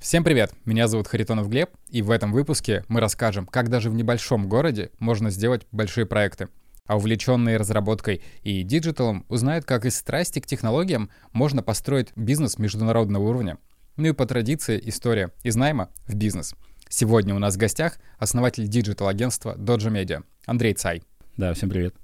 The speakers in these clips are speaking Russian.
Всем привет! Меня зовут Харитонов Глеб, и в этом выпуске мы расскажем, как даже в небольшом городе можно сделать большие проекты. А увлеченные разработкой и диджиталом узнают, как из страсти к технологиям можно построить бизнес международного уровня. Ну и по традиции история из найма в бизнес. Сегодня у нас в гостях основатель диджитал-агентства Dojo Media Андрей Цай. Да, всем привет.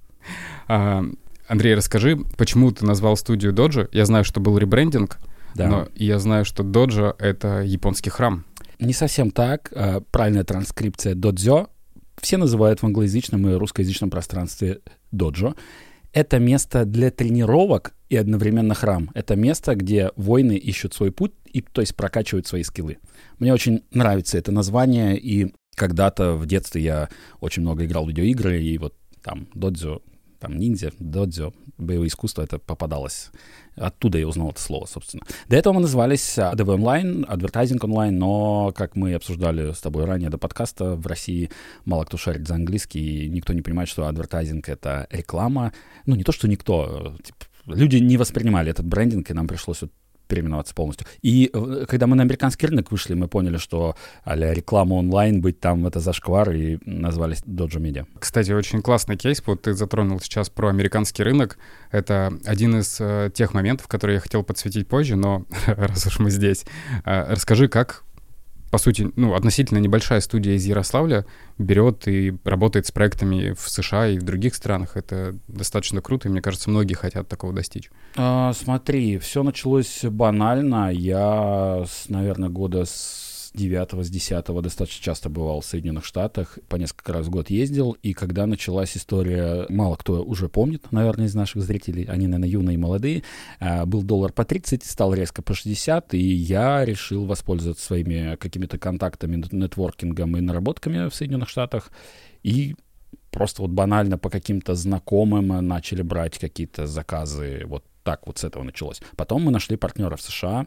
Андрей, расскажи, почему ты назвал студию Dojo? Я знаю, что был ребрендинг, Да. но я знаю, что Dojo — это японский храм. Не совсем так. Правильная транскрипция додзё. Все называют в англоязычном и русскоязычном пространстве доджо. Это место для тренировок и одновременно храм. Это место, где воины ищут свой путь, то есть прокачивают свои скиллы. Мне очень нравится это название, и когда-то в детстве я очень много играл в видеоигры, и вот там додзё, там ниндзя, додзё, боевое искусство, это попадалось. Оттуда я узнал это слово, собственно. До этого мы назывались ADV Online, Advertising Online, но, как мы обсуждали с тобой ранее до подкаста, в России мало кто шарит за английский, и никто не понимает, что адвертайзинг — это реклама. Ну, не то, что никто. Люди не воспринимали этот брендинг, и нам пришлось вот переименоваться полностью. И когда мы на американский рынок вышли, мы поняли, что а-ля реклама онлайн, быть там — это зашквар, и назвались Dojo Media. Кстати, очень классный кейс. Вот ты затронул сейчас про американский рынок. Это один из тех моментов, которые я хотел подсветить позже, но раз уж мы здесь, расскажи, как, по сути, относительно небольшая студия из Ярославля берет и работает с проектами в США и в других странах. Это достаточно круто, и мне кажется, многие хотят такого достичь. Смотри, все началось банально. Я, наверное, года с 9-го, с 10-го достаточно часто бывал в Соединенных Штатах, по несколько раз в год ездил, и когда началась история, мало кто уже помнит, наверное, из наших зрителей, они, наверное, юные и молодые, был доллар по 30, стал резко по 60, и я решил воспользоваться своими какими-то контактами, нетворкингом и наработками в Соединенных Штатах, и просто вот банально по каким-то знакомым начали брать какие-то заказы, вот так вот с этого началось. Потом мы нашли партнера в США,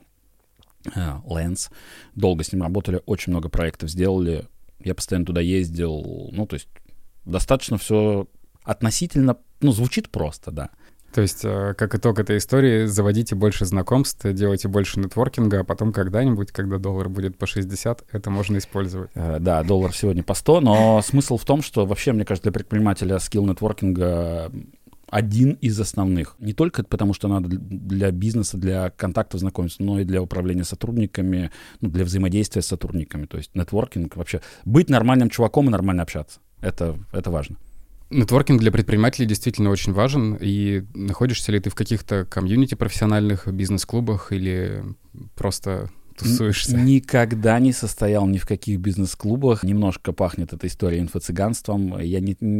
Lens, долго с ним работали, очень много проектов сделали, я постоянно туда ездил, то есть достаточно все относительно, звучит просто, да. То есть, как итог этой истории, заводите больше знакомств, делайте больше нетворкинга, а потом когда-нибудь, когда доллар будет по 60, это можно использовать. Да, доллар сегодня по 100, но смысл в том, что вообще, мне кажется, для предпринимателя скилл нетворкинга один из основных. Не только потому, что надо для бизнеса, для контактов знакомиться, но и для управления сотрудниками, для взаимодействия с сотрудниками. То есть нетворкинг вообще. Быть нормальным чуваком и нормально общаться. Это важно. Нетворкинг для предпринимателей действительно очень важен. И находишься ли ты в каких-то комьюнити профессиональных, бизнес-клубах или просто тусуешься? Никогда не состоял ни в каких бизнес-клубах. Немножко пахнет эта история инфо-цыганством. Я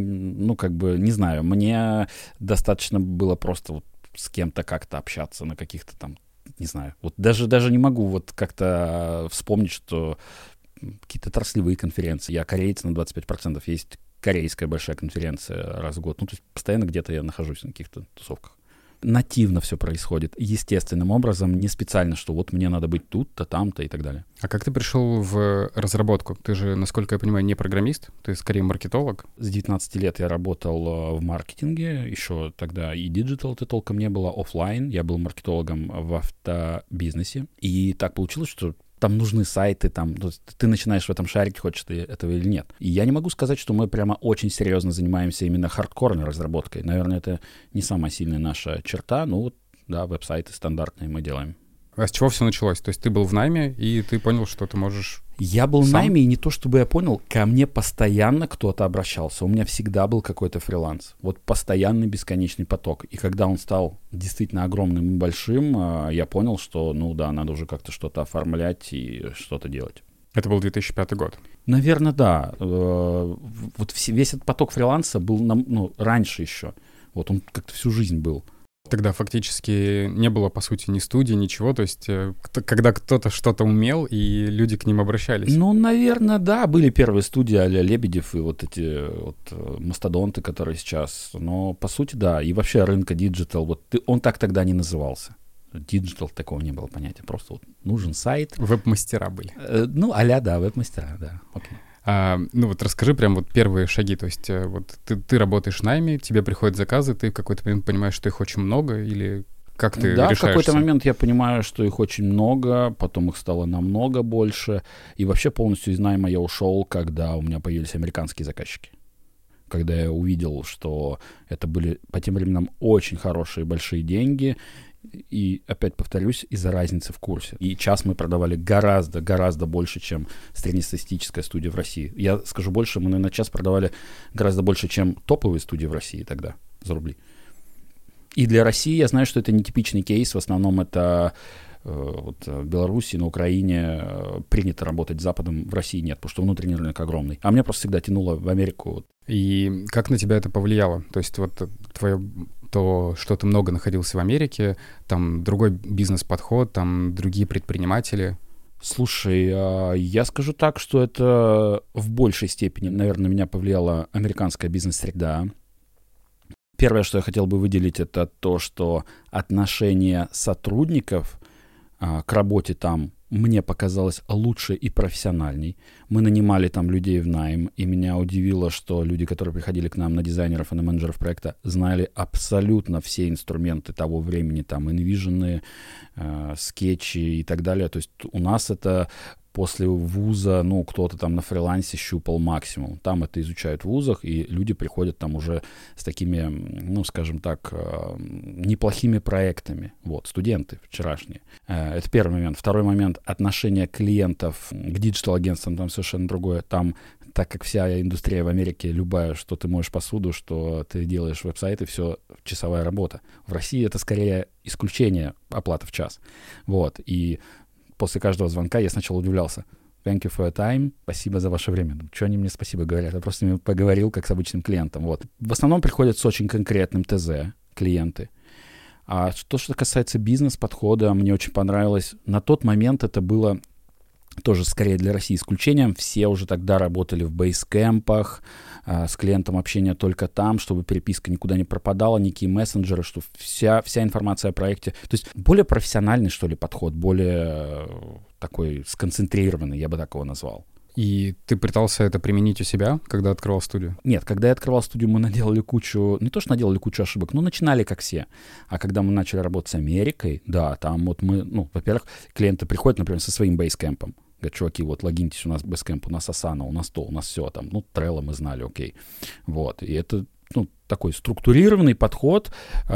не знаю. Мне достаточно было просто вот с кем-то как-то общаться на каких-то там, не знаю. Вот даже не могу вот как-то вспомнить, что какие-то отраслевые конференции. Я кореец на 25%. Есть корейская большая конференция раз в год. То есть постоянно где-то я нахожусь на каких-то тусовках. Нативно все происходит, естественным образом, не специально, что вот мне надо быть тут-то, там-то и так далее. А как ты пришел в разработку? Ты же, насколько я понимаю, не программист, ты скорее маркетолог. С 19 лет я работал в маркетинге, еще тогда и диджитал-то толком не было, офлайн. Я был маркетологом в автобизнесе, и так получилось, что там нужны сайты, ты начинаешь в этом шарить, хочешь ты этого или нет. И я не могу сказать, что мы прямо очень серьезно занимаемся именно хардкорной разработкой. Наверное, это не самая сильная наша черта, веб-сайты стандартные мы делаем. А с чего все началось? То есть ты был в найме, и ты понял, что ты можешь... Я был в найме, и не то чтобы я понял, ко мне постоянно кто-то обращался. У меня всегда был какой-то фриланс. Вот постоянный бесконечный поток. И когда он стал действительно огромным и большим, я понял, что, надо уже как-то что-то оформлять и что-то делать. Это был 2005 год. Наверное, да. Вот весь этот поток фриланса был раньше еще. Вот он как-то всю жизнь был. Тогда фактически не было, по сути, ни студии, ничего. То есть когда кто-то что-то умел, и люди к ним обращались. Наверное, да. Были первые студии а-ля Лебедев и вот эти мастодонты, которые сейчас. Но, по сути, да. И вообще рынка диджитал, он так тогда не назывался. Диджитал, такого не было понятия. Просто нужен сайт. Веб-мастера были. А-ля, да, веб-мастера, да. Окей. Расскажи прям первые шаги, то есть ты работаешь в найме, тебе приходят заказы, ты в какой-то момент понимаешь, что их очень много, или Как ты Да, решаешься? в какой-то момент я понимаю, что их очень много, потом их стало намного больше. И вообще полностью из найма я ушел, когда у меня появились американские заказчики. Когда я увидел, что это были по тем временам очень хорошие большие деньги. И опять повторюсь, из-за разницы в курсе. И час мы продавали гораздо больше, чем среднестатистическая студия в России. Я скажу больше, мы, наверное, час продавали гораздо больше, чем топовые студии в России тогда за рубли. И для России я знаю, что это нетипичный кейс. В основном это вот в Беларуси, на Украине принято работать с Западом, в России нет, потому что внутренний рынок огромный. А меня просто всегда тянуло в Америку. И как на тебя это повлияло? То есть вот то, что ты много находился в Америке, там другой бизнес-подход, там другие предприниматели. Слушай, я скажу так, что это в большей степени, наверное, на меня повлияла американская бизнес-среда. Первое, что я хотел бы выделить, это то, что отношение сотрудников к работе там мне показалось лучше и профессиональней. Мы нанимали там людей в найм, и меня удивило, что люди, которые приходили к нам на дизайнеров и на менеджеров проекта, знали абсолютно все инструменты того времени, там, InVision, скетчи и так далее. То есть у нас это после вуза, ну, кто-то там на фрилансе щупал максимум. Там это изучают в вузах, и люди приходят там уже с такими, ну, скажем так, неплохими проектами. Вот, студенты вчерашние. Это первый момент. Второй момент — отношение клиентов к диджитал-агентствам там совершенно другое. Там, так как вся индустрия в Америке, любая, что ты моешь посуду, что ты делаешь веб-сайты, все часовая работа. В России это скорее исключение оплаты в час. Вот, и после каждого звонка я сначала удивлялся. Thank you for your time. Спасибо за ваше время. Что они мне спасибо говорят? Я просто с ними поговорил, как с обычным клиентом. Вот. В основном приходят с очень конкретным ТЗ клиенты. А то, что касается бизнес-подхода, мне очень понравилось. На тот момент это было тоже скорее для России исключением. Все уже тогда работали в бейскэмпах, с клиентом общение только там, чтобы переписка никуда не пропадала, никакие мессенджеры, что вся информация о проекте. То есть более профессиональный, что ли, подход, более такой сконцентрированный, я бы так его назвал. И ты пытался это применить у себя, когда открывал студию? Нет, когда я открывал студию, мы наделали кучу, не то что наделали кучу ошибок, но начинали как все. А когда мы начали работать с Америкой, да, там вот мы, ну, во-первых, клиенты приходят, например, со своим бейскэмпом. Говорят, чуваки, вот логиньтесь, у нас бейскэмп, у нас Asana, у нас то, у нас все там. Ну, Trello мы знали, окей. Вот, и это, ну, такой структурированный подход,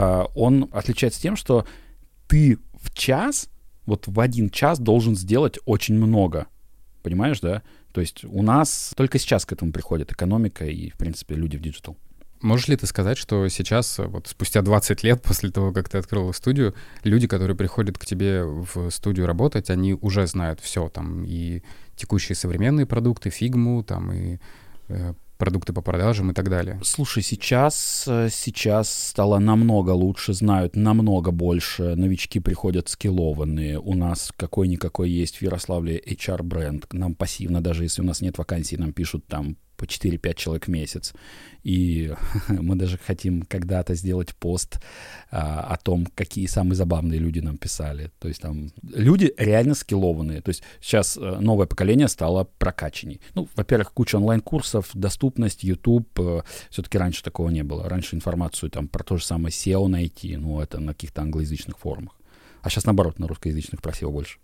он отличается тем, что ты в час, вот в 1 час должен сделать очень много. Понимаешь, да? То есть у нас только сейчас к этому приходит экономика и, в принципе, люди в диджитал. Можешь ли ты сказать, что сейчас, вот спустя 20 лет после того, как ты открыл студию, люди, которые приходят к тебе в студию работать, они уже знают все, там, и текущие современные продукты, фигму, там, и продукты по продажам и так далее? Слушай, сейчас стало намного лучше, знают намного больше, новички приходят скиллованные, у нас какой-никакой есть в Ярославле HR-бренд, нам пассивно, даже если у нас нет вакансий, нам пишут там по 4-5 человек в месяц. И мы даже хотим когда-то сделать пост о том, какие самые забавные люди нам писали. То есть там люди реально скиллованные. То есть сейчас новое поколение стало прокачанней. Ну, во-первых, куча онлайн-курсов, доступность, YouTube. Все-таки раньше такого не было. Раньше информацию там про то же самое SEO найти, ну, это на каких-то англоязычных форумах. А сейчас, наоборот, на русскоязычных просил больше.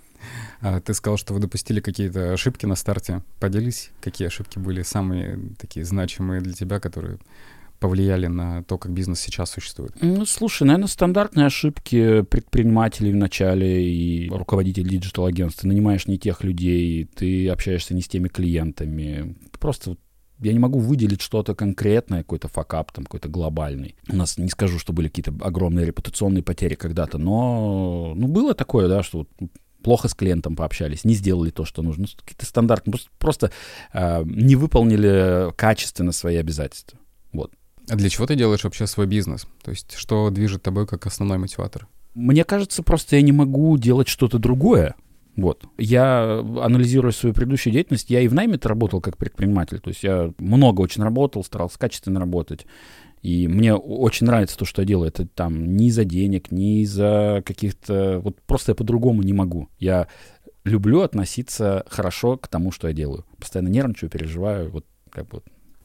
Ты сказал, что вы допустили какие-то ошибки на старте. Поделись, какие ошибки были самые такие значимые для тебя, которые повлияли на то, как бизнес сейчас существует? Ну, слушай, наверное, стандартные ошибки предпринимателей в начале и руководителей диджитал-агентств. Ты нанимаешь не тех людей, ты общаешься не с теми клиентами. Просто я не могу выделить что-то конкретное, какой-то факап, там, какой-то глобальный. У нас, не скажу, что были какие-то огромные репутационные потери когда-то, но было такое, да, что плохо с клиентом пообщались, не сделали то, что нужно. Какие-то стандарты, просто не выполнили качественно свои обязательства. Вот. А для чего ты делаешь вообще свой бизнес? То есть что движет тобой как основной мотиватор? Мне кажется, просто я не могу делать что-то другое. Вот. Я, анализируя свою предыдущую деятельность, я и в найме-то работал как предприниматель. То есть я много очень работал, старался качественно работать. И мне очень нравится то, что я делаю. Это там не из-за денег, не из-за каких-то... Вот просто я по-другому не могу. Я люблю относиться хорошо к тому, что я делаю. Постоянно нервничаю, переживаю. Вот как бы.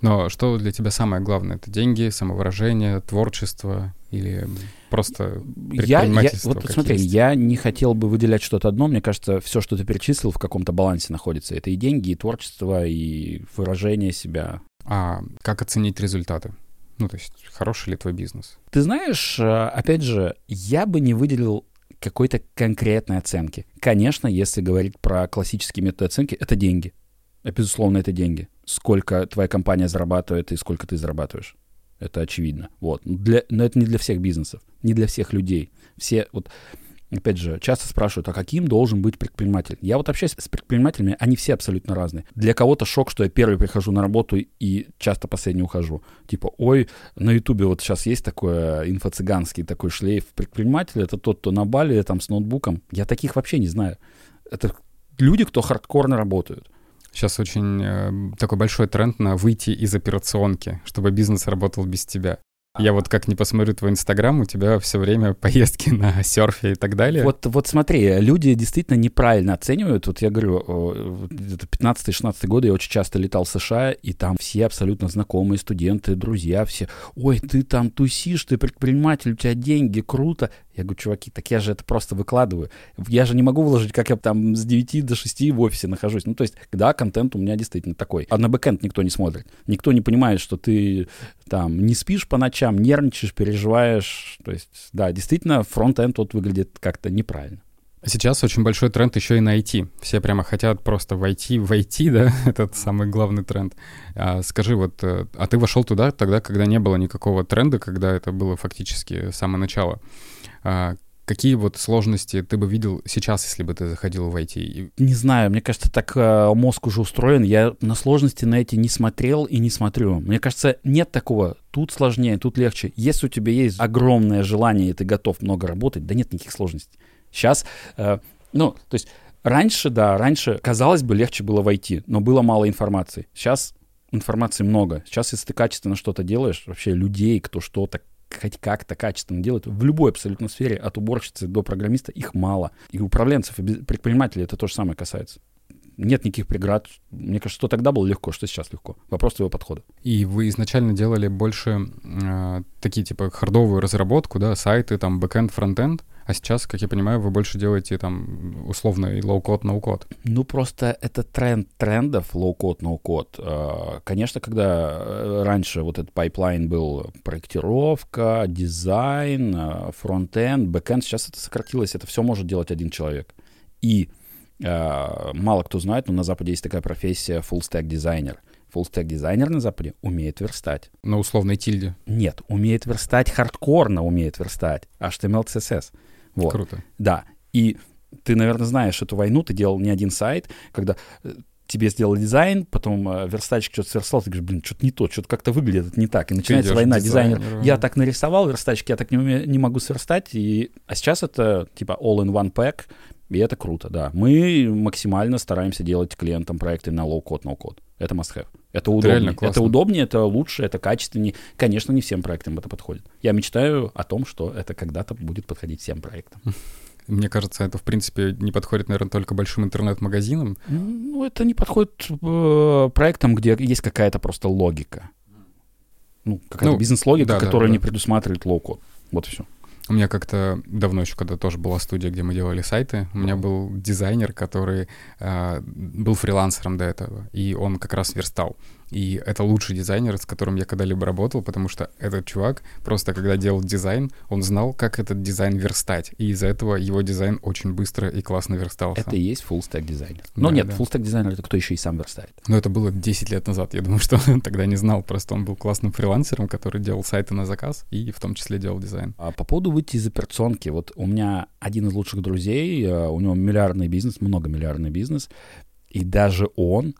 Но что для тебя самое главное? Это деньги, самовыражение, творчество или просто предпринимательство? Вот смотри, я не хотел бы выделять что-то одно. Мне кажется, все, что ты перечислил, в каком-то балансе находится. Это и деньги, и творчество, и выражение себя. А как оценить результаты? Ну, то есть, хороший ли твой бизнес? Ты знаешь, опять же, я бы не выделил какой-то конкретной оценки. Конечно, если говорить про классические методы оценки, это деньги. Безусловно, это деньги. Сколько твоя компания зарабатывает и сколько ты зарабатываешь. Это очевидно. Вот. Но это не для всех бизнесов, не для всех людей. Все, вот, опять же, часто спрашивают, а каким должен быть предприниматель? Я вот общаюсь с предпринимателями, они все абсолютно разные. Для кого-то шок, что я первый прихожу на работу и часто последний ухожу. Типа, ой, на Ютубе вот сейчас есть такой инфо-цыганский такой шлейф предпринимателя, это тот, кто на Бали там с ноутбуком. Я таких вообще не знаю. Это люди, кто хардкорно работают. Сейчас очень такой большой тренд на выйти из операционки, чтобы бизнес работал без тебя. Я вот как ни посмотрю твой Инстаграм, у тебя все время поездки на серфе и так далее. Вот смотри, люди действительно неправильно оценивают. Вот я говорю, это 15-16 годы я очень часто летал в США, и там все абсолютно знакомые студенты, друзья, все, ой, ты там тусишь, ты предприниматель, у тебя деньги, круто. Я говорю, чуваки, так я же это просто выкладываю. Я же не могу выложить, как я там с 9 до 6 в офисе нахожусь. Ну, то есть, да, контент у меня действительно такой. А на бэкэнд никто не смотрит. Никто не понимает, что ты там не спишь по ночам, нервничаешь, переживаешь. То есть, да, действительно, фронт-энд вот выглядит как-то неправильно. Сейчас очень большой тренд еще и на IT. Все прямо хотят просто войти, да, этот самый главный тренд. Скажи, вот, а ты вошел туда тогда, когда не было никакого тренда, когда это было фактически самое начало. Какие вот сложности ты бы видел сейчас, если бы ты заходил в IT? Не знаю, мне кажется, так мозг уже устроен. Я на сложности на эти не смотрел и не смотрю. Мне кажется, нет такого. Тут сложнее, тут легче. Если у тебя есть огромное желание, и ты готов много работать, да нет никаких сложностей. Сейчас, то есть раньше, казалось бы, легче было войти, но было мало информации. Сейчас информации много. Сейчас, если ты качественно что-то делаешь, вообще людей, кто что-то хоть как-то качественно делает, в любой абсолютно сфере, от уборщицы до программиста, их мало. И управленцев, и предпринимателей это то же самое касается. Нет никаких преград. Мне кажется, что тогда было легко, что сейчас легко. Вопрос твоего подхода. И вы изначально делали больше такие, типа, хардовую разработку, да, сайты, там, бэкэнд, фронтэнд, а сейчас, как я понимаю, вы больше делаете там условно и лоу-код, ноу-код. Ну, просто это тренд трендов, лоу-код, ноу-код. Конечно, когда раньше вот этот пайплайн был проектировка, дизайн, фронт-энд, бэкэнд, сейчас это сократилось, это все может делать один человек. И мало кто знает, но на Западе есть такая профессия full-stack дизайнер. Full-stack дизайнер на Западе умеет верстать. На условной тильде. Нет, умеет верстать, хардкорно умеет верстать. HTML, CSS. Вот. Круто. Да. И ты, наверное, знаешь эту войну, ты делал не один сайт, когда тебе сделали дизайн, потом верстальщик что-то сверстал, ты говоришь, блин, что-то не то, что-то как-то выглядит это не так. И начинается война дизайнер. Я так нарисовал, верстальщик, я так не могу сверстать. А сейчас это типа all-in-one pack, и это круто, да. Мы максимально стараемся делать клиентам проекты на low-code, no-code. Это must-have. Это удобнее. Это удобнее, это лучше, это качественнее. Конечно, не всем проектам это подходит. Я мечтаю о том, что это когда-то будет подходить всем проектам. Мне кажется, это, в принципе, не подходит, наверное, только большим интернет-магазинам. Ну, это не подходит проектам, где есть какая-то просто логика. Ну, какая-то бизнес-логика, которая не предусматривает лоу-код. Вот и все. У меня как-то давно еще, когда тоже была студия, где мы делали сайты, у меня был дизайнер, который был фрилансером до этого, и он как раз верстал. И это лучший дизайнер, с которым я когда-либо работал, потому что этот чувак просто, когда делал дизайн, он знал, как этот дизайн верстать. И из-за этого его дизайн очень быстро и классно верстался. Это и есть full-stack дизайнер. Но да, нет, да. Full-stack дизайнер — это кто еще и сам верстает. Но это было 10 лет назад. Я думаю, что он тогда не знал. Просто он был классным фрилансером, который делал сайты на заказ и в том числе делал дизайн. А по поводу выйти из операционки. Вот у меня один из лучших друзей, у него миллиардный бизнес, многомиллиардный бизнес, и даже он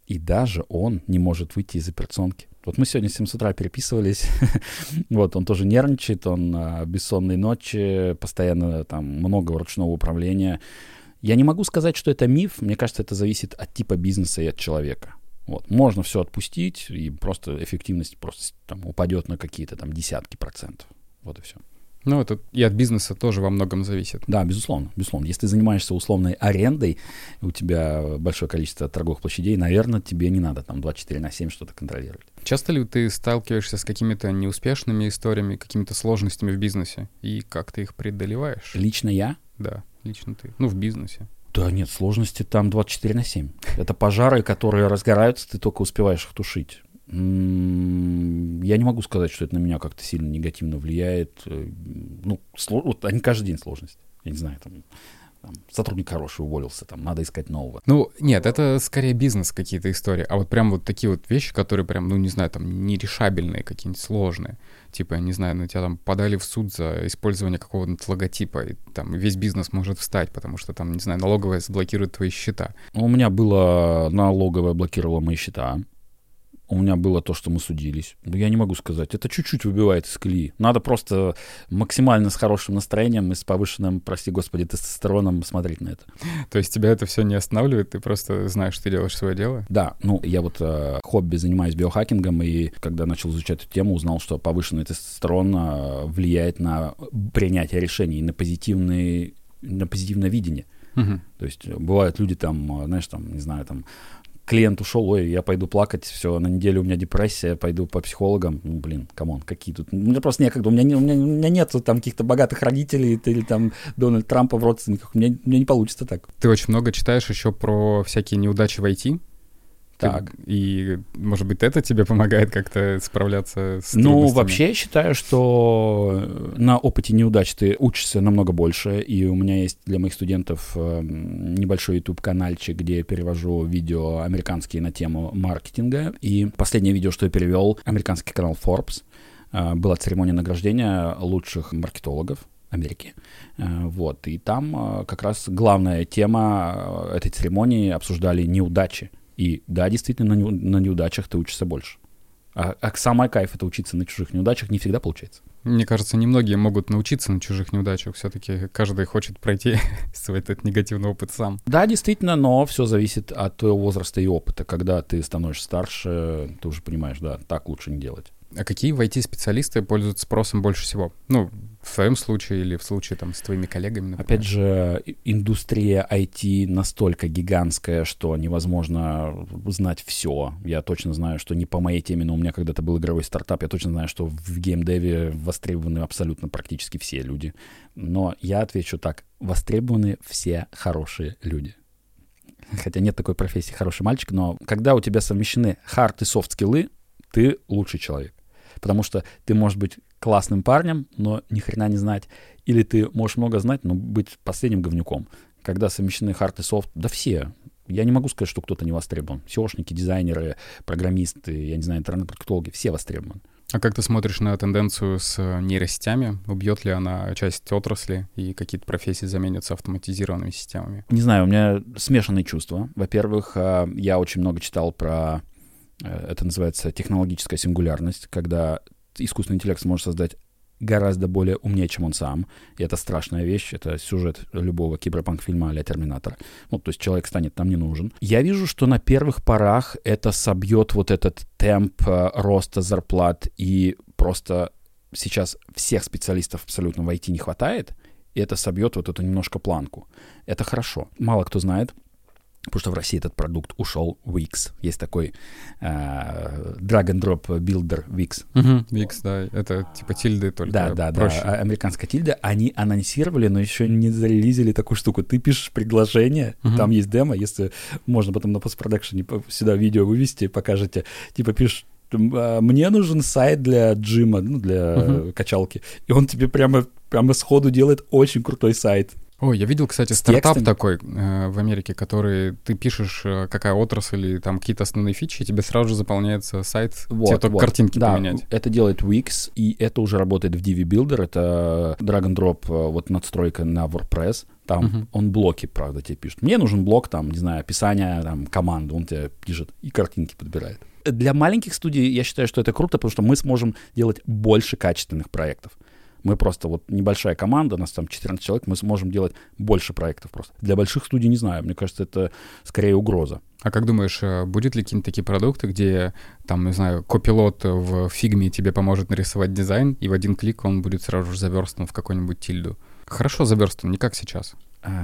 не может выйти из операционки. Вот мы сегодня в 7 утра переписывались. Вот, он тоже нервничает, он бессонные ночи, постоянно там много ручного управления. Я не могу сказать, что это миф. Мне кажется, это зависит от типа бизнеса и от человека. Вот. Можно все отпустить, и просто эффективность просто там упадет на какие-то там десятки процентов. Вот и все. Ну, это и от бизнеса тоже во многом зависит. Да, безусловно, безусловно. Если ты занимаешься условной арендой, у тебя большое количество торговых площадей, наверное, тебе не надо там 24/7 что-то контролировать. Часто ли ты сталкиваешься с какими-то неуспешными историями, какими-то сложностями в бизнесе? И как ты их преодолеваешь? Лично я? Да, лично ты. Ну, в бизнесе. Да нет, сложности там 24/7. Это пожары, которые разгораются, ты только успеваешь их тушить. Я не могу сказать, что это на меня как-то сильно негативно влияет. Ну, вот они каждый день сложности. Я не знаю, там сотрудник хороший уволился, там надо искать нового. Ну, нет, это скорее бизнес какие-то истории. А вот прям вот такие вот вещи, которые прям, ну, не знаю, там нерешабельные, какие-нибудь сложные. Типа, я не знаю, на тебя там подали в суд за использование какого-то логотипа, и там весь бизнес может встать, потому что там, не знаю, налоговая заблокирует твои счета. У меня было налоговая блокировала мои счета. У меня было то, что мы судились. Но я не могу сказать. Это чуть-чуть выбивает из колеи. Надо просто максимально с хорошим настроением и с повышенным, прости господи, тестостероном смотреть на это. То есть тебя это все не останавливает? Ты просто знаешь, что ты делаешь свое дело? Да. Ну, я вот хобби занимаюсь биохакингом, и когда начал изучать эту тему, узнал, что повышенный тестостерон влияет на принятие решений, на позитивное видение. Угу. То есть бывают люди там, знаешь, там, не знаю, там, клиент ушел, ой, я пойду плакать, все, на неделю у меня депрессия, пойду по психологам. Ну, блин, камон, какие тут... Мне просто некогда, у меня нет там каких-то богатых родителей или там Дональд Трампа в родственниках, у меня не получится так. Ты очень много читаешь еще про всякие неудачи в IT. Так. И, может быть, это тебе помогает как-то справляться с трудностями? Ну, вообще я считаю, что на опыте неудач ты учишься намного больше, и у меня есть для моих студентов небольшой YouTube-канальчик, где я перевожу видео американские на тему маркетинга, и последнее видео, что я перевел, американский канал Forbes, была церемония награждения лучших маркетологов Америки. Вот, и там как раз главная тема этой церемонии обсуждали неудачи. И да, действительно, на неудачах ты учишься больше. А самый кайф — это учиться на чужих неудачах, не всегда получается. Мне кажется, немногие могут научиться на чужих неудачах. Все-таки каждый хочет пройти свой этот негативный опыт сам. Да, действительно, но все зависит от твоего возраста и опыта. Когда ты становишься старше, ты уже понимаешь, да, так лучше не делать. А какие в IT-специалисты пользуются спросом больше всего? Ну, в твоем случае или в случае там с твоими коллегами, например? Опять же, индустрия IT настолько гигантская, что невозможно знать все. Я точно знаю, что не по моей теме, но у меня когда-то был игровой стартап. Я точно знаю, что в геймдеве востребованы абсолютно практически все люди. Но я отвечу так. Востребованы все хорошие люди. Хотя нет такой профессии хороший мальчик, но когда у тебя совмещены хард и софт-скиллы, ты лучший человек. Потому что ты можешь быть классным парнем, но ни хрена не знать. Или ты можешь много знать, но быть последним говнюком. Когда совмещены хард и софт, да все. Я не могу сказать, что кто-то не востребован. SEOшники, дизайнеры, программисты, я не знаю, интернет-маркетологи, все востребованы. А как ты смотришь на тенденцию с нейросетями? Убьет ли она часть отрасли и какие-то профессии заменятся автоматизированными системами? Не знаю, у меня смешанные чувства. Во-первых, я очень много читал про... Это называется технологическая сингулярность, когда искусственный интеллект сможет создать гораздо более умнее, чем он сам. И это страшная вещь, это сюжет любого киберпанк-фильма а-ля «Терминатор». Ну, то есть человек станет нам не нужен. Я вижу, что на первых порах это собьет вот этот темп роста зарплат, и просто сейчас всех специалистов абсолютно в IT не хватает, и это собьет вот эту немножко планку. Это хорошо. Мало кто знает, потому что в России этот продукт ушел, Wix. Есть такой drag-and-drop builder Wix. Wix, да, это типа тильды только проще. Да, американская тильда. Они анонсировали, но еще не зарелизили такую штуку. Ты пишешь приглашение, там есть демо, если можно потом на постпродакшене сюда видео вывести, покажете. Типа пишешь: мне нужен сайт для джима, ну, для качалки. И он тебе прямо сходу делает очень крутой сайт. Ой, я видел, кстати, стартап такой в Америке, который ты пишешь, какая отрасль или там какие-то основные фичи, и тебе сразу же заполняется сайт, тебе только картинки поменять. Это делает Wix, и это уже работает в Divi Builder, это drag-and-drop, вот надстройка на WordPress. Там он блоки, правда, тебе пишет. Мне нужен блок, там, не знаю, описание там, команды, он тебе пишет и картинки подбирает. Для маленьких студий я считаю, что это круто, потому что мы сможем делать больше качественных проектов. Мы просто вот небольшая команда, у нас там 14 человек, мы сможем делать больше проектов просто. Для больших студий не знаю, мне кажется, это скорее угроза. А как думаешь, будет ли какие-нибудь такие продукты, где, там, не знаю, копилот в фигме тебе поможет нарисовать дизайн, и в один клик он будет сразу же заверстан в какую-нибудь тильду? Хорошо заверстан, не как сейчас.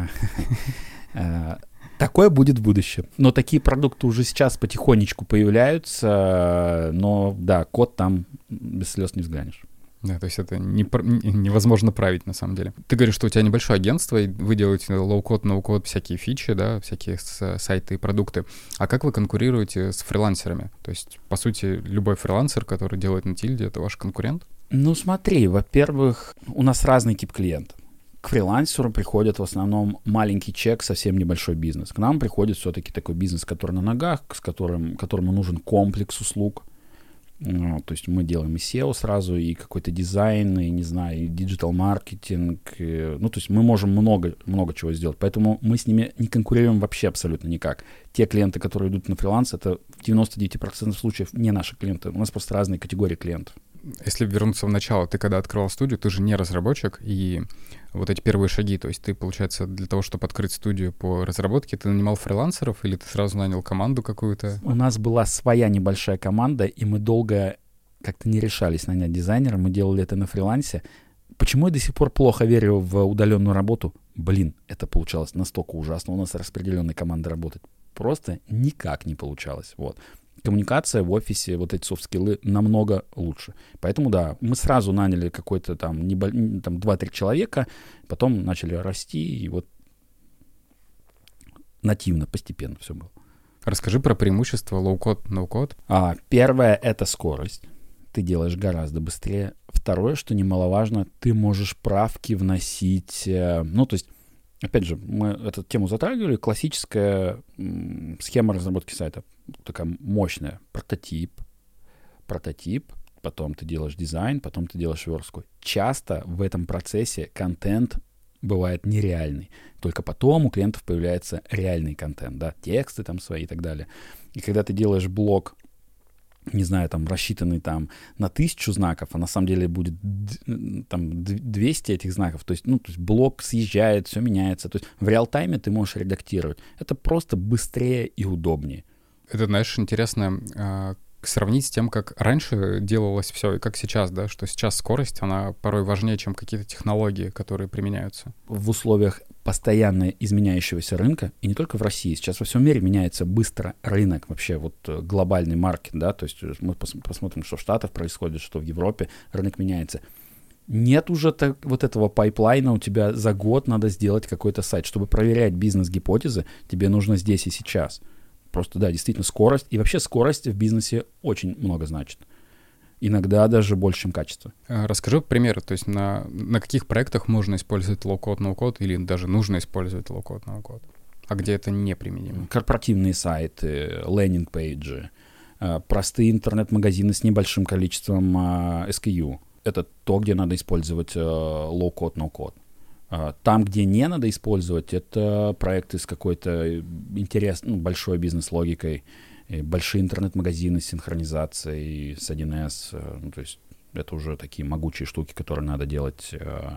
Такое будет в будущем. Но такие продукты уже сейчас потихонечку появляются, но да, код там без слез не взглянешь. Да, то есть это невозможно править на самом деле. Ты говоришь, что у тебя небольшое агентство, и вы делаете лоу-код, ноу-код, всякие фичи, да, всякие сайты и продукты. А как вы конкурируете с фрилансерами? То есть, по сути, любой фрилансер, который делает на тильде, это ваш конкурент? Ну смотри, во-первых, у нас разный тип клиентов. К фрилансеру приходит в основном маленький чек, совсем небольшой бизнес. К нам приходит все-таки такой бизнес, который на ногах, которому нужен комплекс услуг. То есть мы делаем и SEO сразу, и какой-то дизайн, и, не знаю, и диджитал-маркетинг. Ну, то есть мы можем много чего сделать. Поэтому мы с ними не конкурируем вообще абсолютно никак. Те клиенты, которые идут на фриланс, это в 99% случаев не наши клиенты. У нас просто разные категории клиентов. Если вернуться в начало, ты когда открывал студию, ты же не разработчик, и вот эти первые шаги, то есть ты, получается, для того, чтобы открыть студию по разработке, ты нанимал фрилансеров или ты сразу нанял команду какую-то? У нас была своя небольшая команда, и мы долго как-то не решались нанять дизайнера, мы делали это на фрилансе. Почему я до сих пор плохо верю в удаленную работу? Блин, это получалось настолько ужасно, у нас распределенная команда работает. Просто никак не получалось, вот. Коммуникация в офисе, вот эти софт-скиллы намного лучше. Поэтому, да, мы сразу наняли какой-то там 2-3 человека, потом начали расти, и вот нативно, постепенно все было. Расскажи про преимущества лоу-код, ноу-код. Первое — это скорость. Ты делаешь гораздо быстрее. Второе, что немаловажно, ты можешь правки вносить. Ну, то есть, опять же, мы эту тему затрагивали. Классическая схема разработки сайта. Такая мощная. Прототип, потом ты делаешь дизайн, потом ты делаешь верстку. Часто в этом процессе контент бывает нереальный. Только потом у клиентов появляется реальный контент, да, тексты там свои и так далее. И когда ты делаешь блок, не знаю, там, рассчитанный там на 1000 знаков, а на самом деле будет там 200 этих знаков, то есть, ну, то есть блок съезжает, все меняется, то есть в реал-тайме ты можешь редактировать. Это просто быстрее и удобнее. Это, знаешь, интересно сравнить с тем, как раньше делалось все и как сейчас, да, что сейчас скорость, она порой важнее, чем какие-то технологии, которые применяются. В условиях постоянно изменяющегося рынка, и не только в России, сейчас во всем мире меняется быстро рынок, вообще вот глобальный маркет, да, то есть мы посмотрим, что в Штатах происходит, что в Европе рынок меняется. Нет уже вот этого пайплайна, у тебя за год надо сделать какой-то сайт. Чтобы проверять бизнес-гипотезы, тебе нужно здесь и сейчас. Просто, да, действительно, скорость. И вообще скорость в бизнесе очень много значит. Иногда даже больше, чем качество. Расскажи примеры, то есть на каких проектах можно использовать лоу-код, ноу-код, или даже нужно использовать лоу-код, ноу-код, а где это неприменимо? Корпоративные сайты, лендинг-пейджи, простые интернет-магазины с небольшим количеством SKU. Это то, где надо использовать лоу-код, ноу-код. Там, где не надо использовать, это проекты с какой-то интересной, большой бизнес-логикой, большие интернет-магазины с синхронизацией, с 1С. Ну, то есть это уже такие могучие штуки, которые надо делать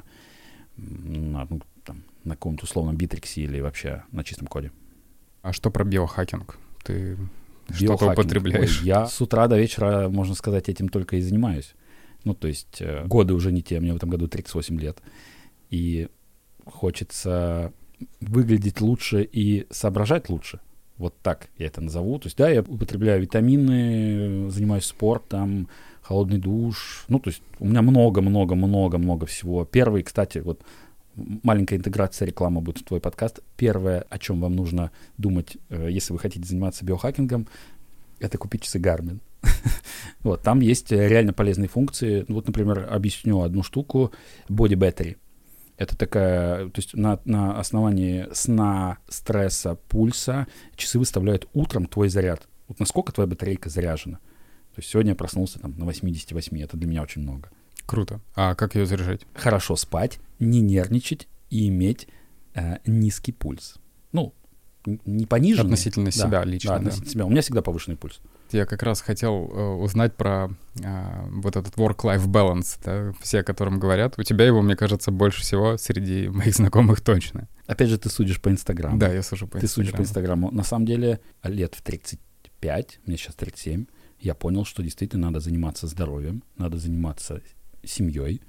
на каком-то условном битриксе или вообще на чистом коде. А что про биохакинг? Ты что-то употребляешь? Я с утра до вечера, можно сказать, этим только и занимаюсь. Ну, то есть годы уже не те, мне в этом году 38 лет. И хочется выглядеть лучше и соображать лучше. Вот так я это назову. То есть, да, я употребляю витамины, занимаюсь спортом, холодный душ. Ну, то есть у меня много всего. Первый, кстати, вот маленькая интеграция рекламы будет в твой подкаст. Первое, о чем вам нужно думать, если вы хотите заниматься биохакингом, это купить часы Garmin. Вот, там есть реально полезные функции. Вот, например, объясню одну штуку. Body Battery. Это такая, то есть на основании сна, стресса, пульса часы выставляют утром твой заряд. Вот насколько твоя батарейка заряжена. То есть сегодня я проснулся там на 88, это для меня очень много. Круто. А как ее заряжать? Хорошо спать, не нервничать и иметь низкий пульс. Ну, не пониженный. Относительно себя лично, да. Относительно себя. У меня всегда повышенный пульс. Я как раз хотел узнать про вот этот work-life balance, да, все о котором говорят. У тебя его, мне кажется, больше всего среди моих знакомых точно. Опять же, ты судишь по Инстаграму. Да, я сужу по Инстаграму. Ты судишь по Инстаграму. На самом деле, лет в 35, мне сейчас 37, я понял, что действительно надо заниматься здоровьем, надо заниматься семьей,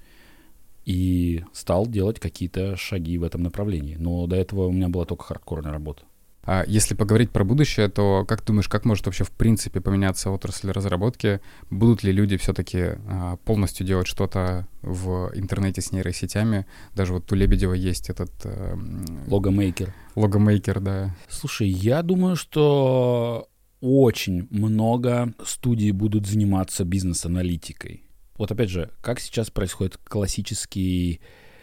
и стал делать какие-то шаги в этом направлении. Но до этого у меня была только хардкорная работа. А если поговорить про будущее, то как думаешь, как может вообще в принципе поменяться отрасль разработки? Будут ли люди все-таки полностью делать что-то в интернете с нейросетями? Даже вот у Лебедева есть этот... Логомейкер. Логомейкер, да. Слушай, я думаю, что очень много студий будут заниматься бизнес-аналитикой. Вот опять же, как сейчас происходит классический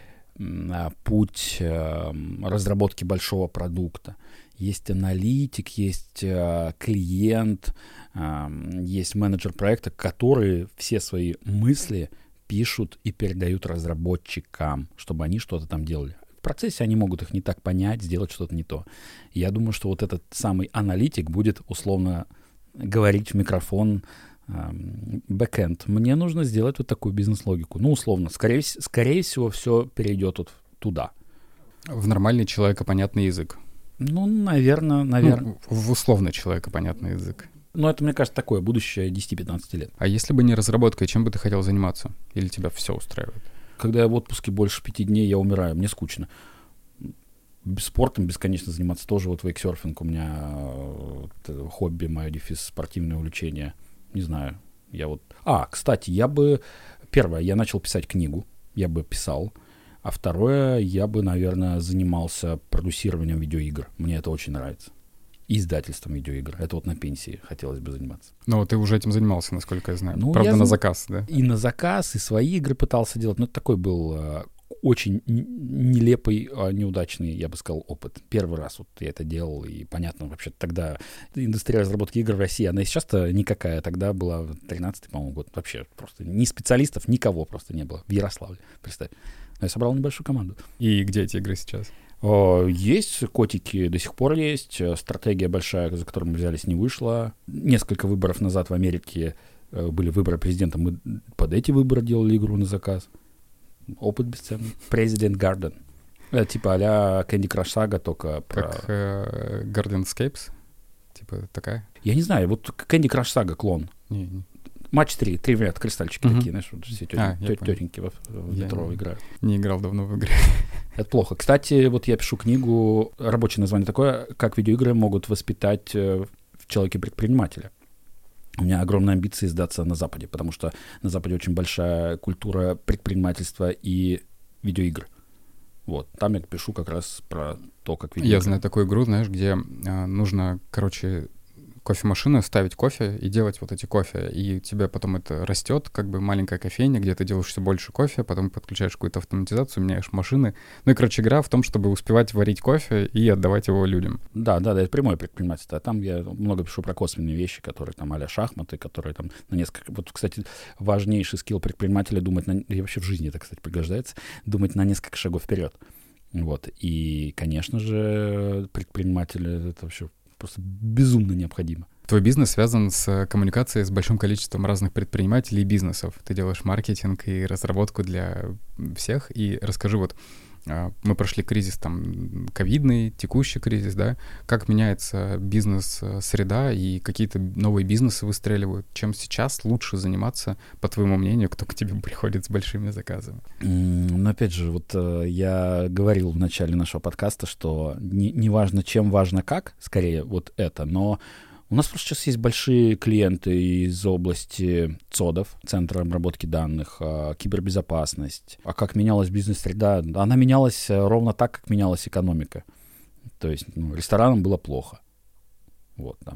путь разработки большого продукта. Есть аналитик, есть клиент, есть менеджер проекта, которые все свои мысли пишут и передают разработчикам, чтобы они что-то там делали. В процессе они могут их не так понять, сделать что-то не то. Я думаю, что вот этот самый аналитик будет условно говорить в микрофон: бэкэнд, мне нужно сделать вот такую бизнес-логику. Ну, условно, скорее всего, все перейдет вот туда. В нормальный человекопонятный язык. Ну, наверное. Ну, в условно человекопонятный язык. Ну, это, мне кажется, такое будущее 10-15 лет. А если бы не разработкой, чем бы ты хотел заниматься? Или тебя все устраивает? Когда я в отпуске больше 5 дней, я умираю, мне скучно. Спортом бесконечно заниматься тоже. Вот вейксерфинг у меня хобби мое, дефис, спортивное увлечение. Не знаю, я вот... кстати, Первое, я начал писать книгу, я бы писал. А второе, я бы, наверное, занимался продюсированием видеоигр. Мне это очень нравится. И издательством видеоигр. Это вот на пенсии хотелось бы заниматься. Ну, ты уже этим занимался, насколько я знаю. Ну, правда, на заказ, да? И на заказ, и свои игры пытался делать. Но это такой был очень нелепый, неудачный, я бы сказал, опыт. Первый раз вот я это делал, и понятно, вообще тогда индустрия разработки игр в России, она и сейчас-то никакая. Тогда была 13-й, по-моему, год. Вообще просто ни специалистов, никого просто не было. В Ярославле, представь. Но я собрал небольшую команду. И где эти игры сейчас? Есть котики, до сих пор есть. Стратегия большая, за которой мы взялись, не вышла. Несколько выборов назад в Америке были выборы президента. Мы под эти выборы делали игру на заказ. Опыт бесценный. President Garden. Это типа а-ля Candy Crush Saga, только про... Как Gardenscapes? Типа такая? Я не знаю, вот Candy Crush Saga клон. Не. Матч 3, ребят, кристальчики такие, знаешь, вот все тетеньки в метро играют. Не играл давно в игры. Это плохо. Кстати, вот я пишу книгу, рабочее название такое, как видеоигры могут воспитать в человеке предпринимателя. У меня огромные амбиции сдаться на Западе, потому что на Западе очень большая культура предпринимательства и видеоигр. Вот, там я пишу как раз про то, как видеоигры. Я знаю такую игру, знаешь, где нужно, кофемашину, ставить кофе и делать вот эти кофе. И у тебя потом это растет, как бы маленькая кофейня, где ты делаешь все больше кофе, потом подключаешь какую-то автоматизацию, меняешь машины. Ну и, игра в том, чтобы успевать варить кофе и отдавать его людям. Да, это прямое предпринимательство. А там я много пишу про косвенные вещи, которые там а-ля шахматы, которые там на несколько... Вот, кстати, важнейший скилл предпринимателя думать и вообще в жизни это, кстати, пригождается, думать на несколько шагов вперед. Вот. И, конечно же, предпринимателю это вообще просто безумно необходимо. Твой бизнес связан с коммуникацией с большим количеством разных предпринимателей и бизнесов. Ты делаешь маркетинг и разработку для всех. И расскажи, вот мы прошли кризис там ковидный, текущий кризис, да? Как меняется бизнес-среда и какие-то новые бизнесы выстреливают? Чем сейчас лучше заниматься, по твоему мнению, кто к тебе приходит с большими заказами? Ну, опять же, вот я говорил в начале нашего подкаста, что не важно чем, важно как, скорее вот это, но у нас просто сейчас есть большие клиенты из области ЦОДов, Центра обработки данных, кибербезопасность. А как менялась бизнес-среда? Она менялась ровно так, как менялась экономика. То есть ресторанам было плохо. Вот, там.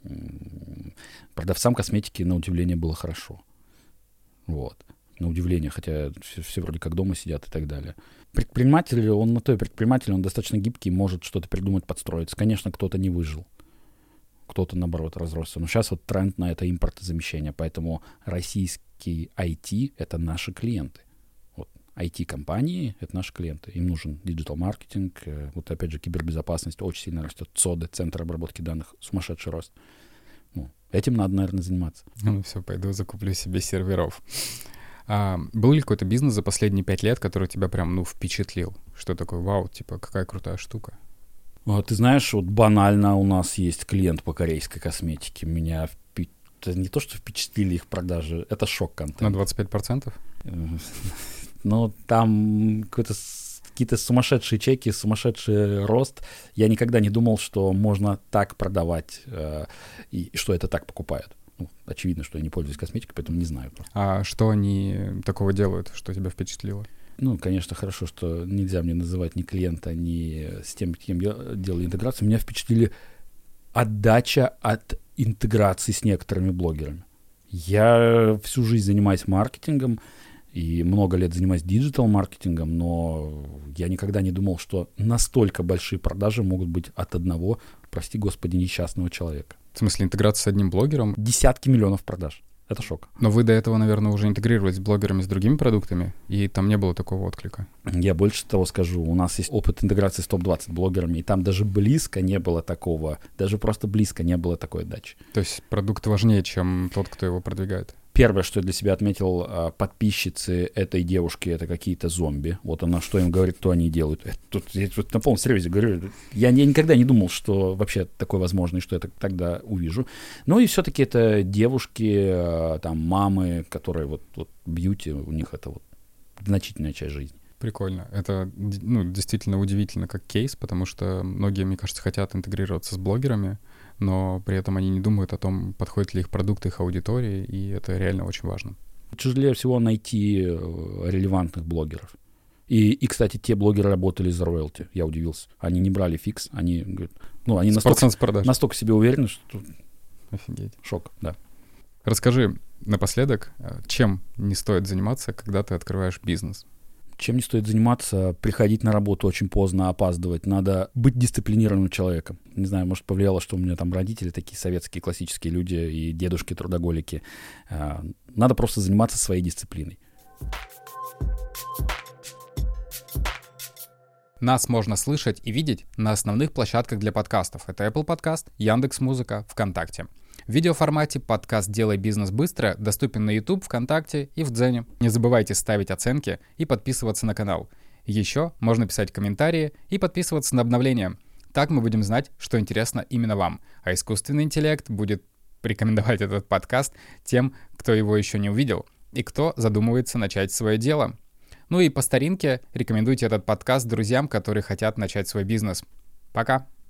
Продавцам косметики, на удивление, было хорошо. Вот. На удивление, хотя все вроде как дома сидят и так далее. Предприниматель, он достаточно гибкий, может что-то придумать, подстроиться. Конечно, кто-то не выжил. Кто-то, наоборот, разросся. Но сейчас вот тренд на это импортозамещение. Поэтому российский IT — это наши клиенты. Вот. IT-компании — это наши клиенты. Им нужен диджитал-маркетинг. Вот опять же кибербезопасность очень сильно растет. ЦОДы, центр обработки данных, сумасшедший рост. Ну, этим надо, наверное, заниматься. Ну все, пойду закуплю себе серверов. Был ли какой-то бизнес за последние 5 лет, который тебя прям, впечатлил? Что такое, вау, типа, какая крутая штука? Ты знаешь, вот банально у нас есть клиент по корейской косметике. Меня это не то, что впечатлили их продажи, это шок-контент. На 25%? Ну, там какие-то сумасшедшие чеки, сумасшедший рост. Я никогда не думал, что можно так продавать и что это так покупают. Ну, очевидно, что я не пользуюсь косметикой, поэтому не знаю. А что они такого делают, что тебя впечатлило? Ну, конечно, хорошо, что нельзя мне называть ни клиента, ни с тем, кем я делаю интеграцию. Меня впечатлили отдача от интеграции с некоторыми блогерами. Я всю жизнь занимаюсь маркетингом и много лет занимаюсь диджитал-маркетингом, но я никогда не думал, что настолько большие продажи могут быть от одного, прости господи, несчастного человека. В смысле, интеграция с одним блогером? Десятки миллионов продаж. Это шок. Но вы до этого, наверное, уже интегрировались с блогерами с другими продуктами, и там не было такого отклика. Я больше того скажу. У нас есть опыт интеграции с топ-20 блогерами, и там даже близко не было такого, даже просто близко не было такой отдачи. То есть продукт важнее, чем тот, кто его продвигает? Первое, что я для себя отметил, подписчицы этой девушки — это какие-то зомби. Вот она что им говорит, то они и делают. Я тут на полном серьезе говорю. Я никогда не думал, что вообще такое возможно, и что я тогда увижу. Ну и все-таки это девушки, там, мамы, которые вот бьюти, у них это вот значительная часть жизни. Прикольно. Это, действительно удивительно как кейс, потому что многие, мне кажется, хотят интегрироваться с блогерами, но при этом они не думают о том, подходит ли их продукт их аудитории, и это реально очень важно. Тяжелее всего найти релевантных блогеров. И, кстати, те блогеры работали за роялти. Я удивился. Они не брали фикс. Они говорят, они настолько себе уверены, что... Офигеть. Шок, да. Расскажи напоследок, чем не стоит заниматься, когда ты открываешь бизнес? Чем не стоит заниматься? Приходить на работу очень поздно, опаздывать. Надо быть дисциплинированным человеком. Не знаю, может, повлияло, что у меня там родители такие советские классические люди и дедушки-трудоголики. Надо просто заниматься своей дисциплиной. Нас можно слышать и видеть на основных площадках для подкастов. Это Apple Podcast, Яндекс.Музыка, ВКонтакте. В видеоформате подкаст «Делай бизнес быстро» доступен на YouTube, ВКонтакте и в Дзене. Не забывайте ставить оценки и подписываться на канал. Еще можно писать комментарии и подписываться на обновления. Так мы будем знать, что интересно именно вам. А искусственный интеллект будет рекомендовать этот подкаст тем, кто его еще не увидел и кто задумывается начать свое дело. Ну и по старинке рекомендуйте этот подкаст друзьям, которые хотят начать свой бизнес. Пока!